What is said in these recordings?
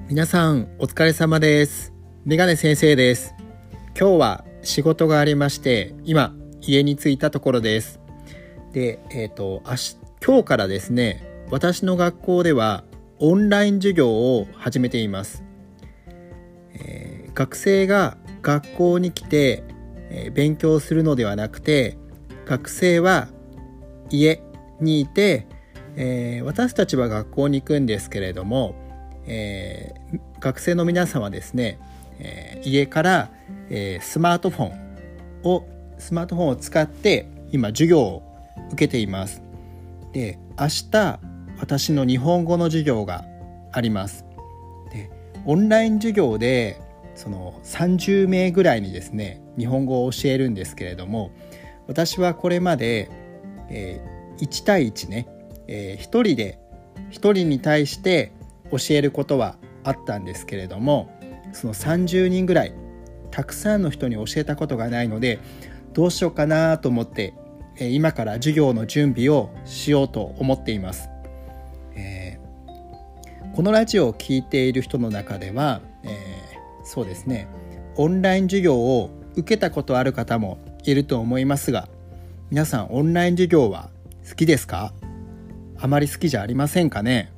皆さんお疲れ様です。メガネ先生です。今日は仕事がありまして今家に着いたところです。で、今日からですね、私の学校ではオンライン授業を始めています。学生が学校に来て、勉強するのではなくて、学生は家にいて、私たちは学校に行くんですけれども、学生の皆さんはですね、家から、スマートフォンを使って今授業を受けています。で、明日私の日本語の授業があります。で、オンライン授業でその30名ぐらいにですね日本語を教えるんですけれども、私はこれまで、1対1ね、1人に対して教えることはあったんですけれども、その30人ぐらいたくさんの人に教えたことがないので、どうしようかなと思って今から授業の準備をしようと思っています。このラジオを聞いている人の中では、そうですね、オンライン授業を受けたことある方もいると思いますが、皆さんオンライン授業は好きですか？あまり好きじゃありませんかね。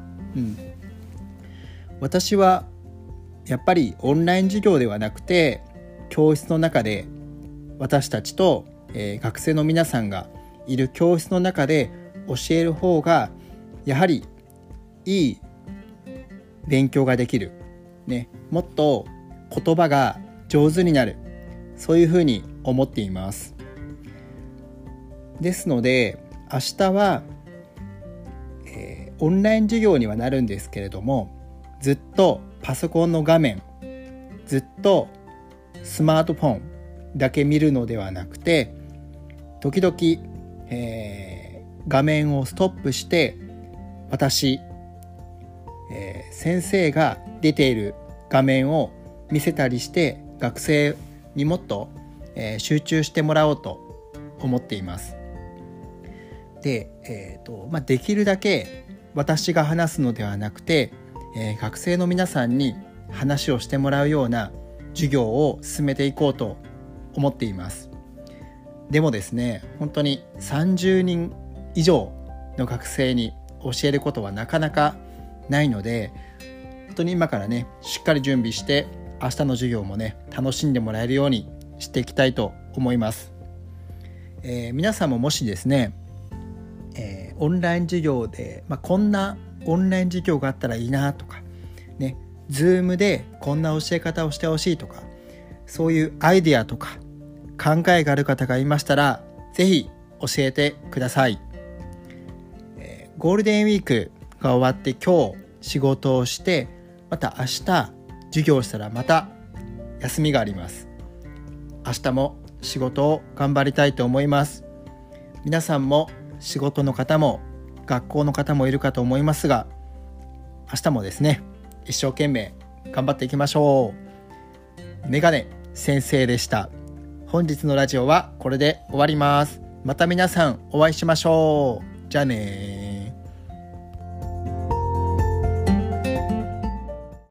私はやっぱりオンライン授業ではなくて、教室の中で私たちと、学生の皆さんがいる教室の中で教える方がやはりいい勉強ができる、ね、もっと言葉が上手になる、そういうふうに思っています。ですので明日は、オンライン授業にはなるんですけれども、ずっとパソコンの画面、ずっとスマートフォンだけ見るのではなくて、時々、画面をストップして私、先生が出ている画面を見せたりして、学生にもっと、集中してもらおうと思っています。で、できるだけ私が話すのではなくて、学生の皆さんに話をしてもらうような授業を進めていこうと思っています。でもですね、本当に30人以上の学生に教えることはなかなかないので、本当に今からねしっかり準備して明日の授業もね楽しんでもらえるようにしていきたいと思います。皆さんももしですね、オンライン授業で、こんなオンライン授業があったらいいなとかね、Zoom でこんな教え方をしてほしいとか、そういうアイデアとか考えがある方がいましたらぜひ教えてください。ゴールデンウィークが終わって今日仕事をして、また明日授業したらまた休みがあります。明日も仕事を頑張りたいと思います。皆さんも仕事の方も学校の方もいるかと思いますが、明日もですね一生懸命頑張っていきましょう。メガネ先生でした。本日のラジオはこれで終わります。また皆さんお会いしましょう。じゃあね。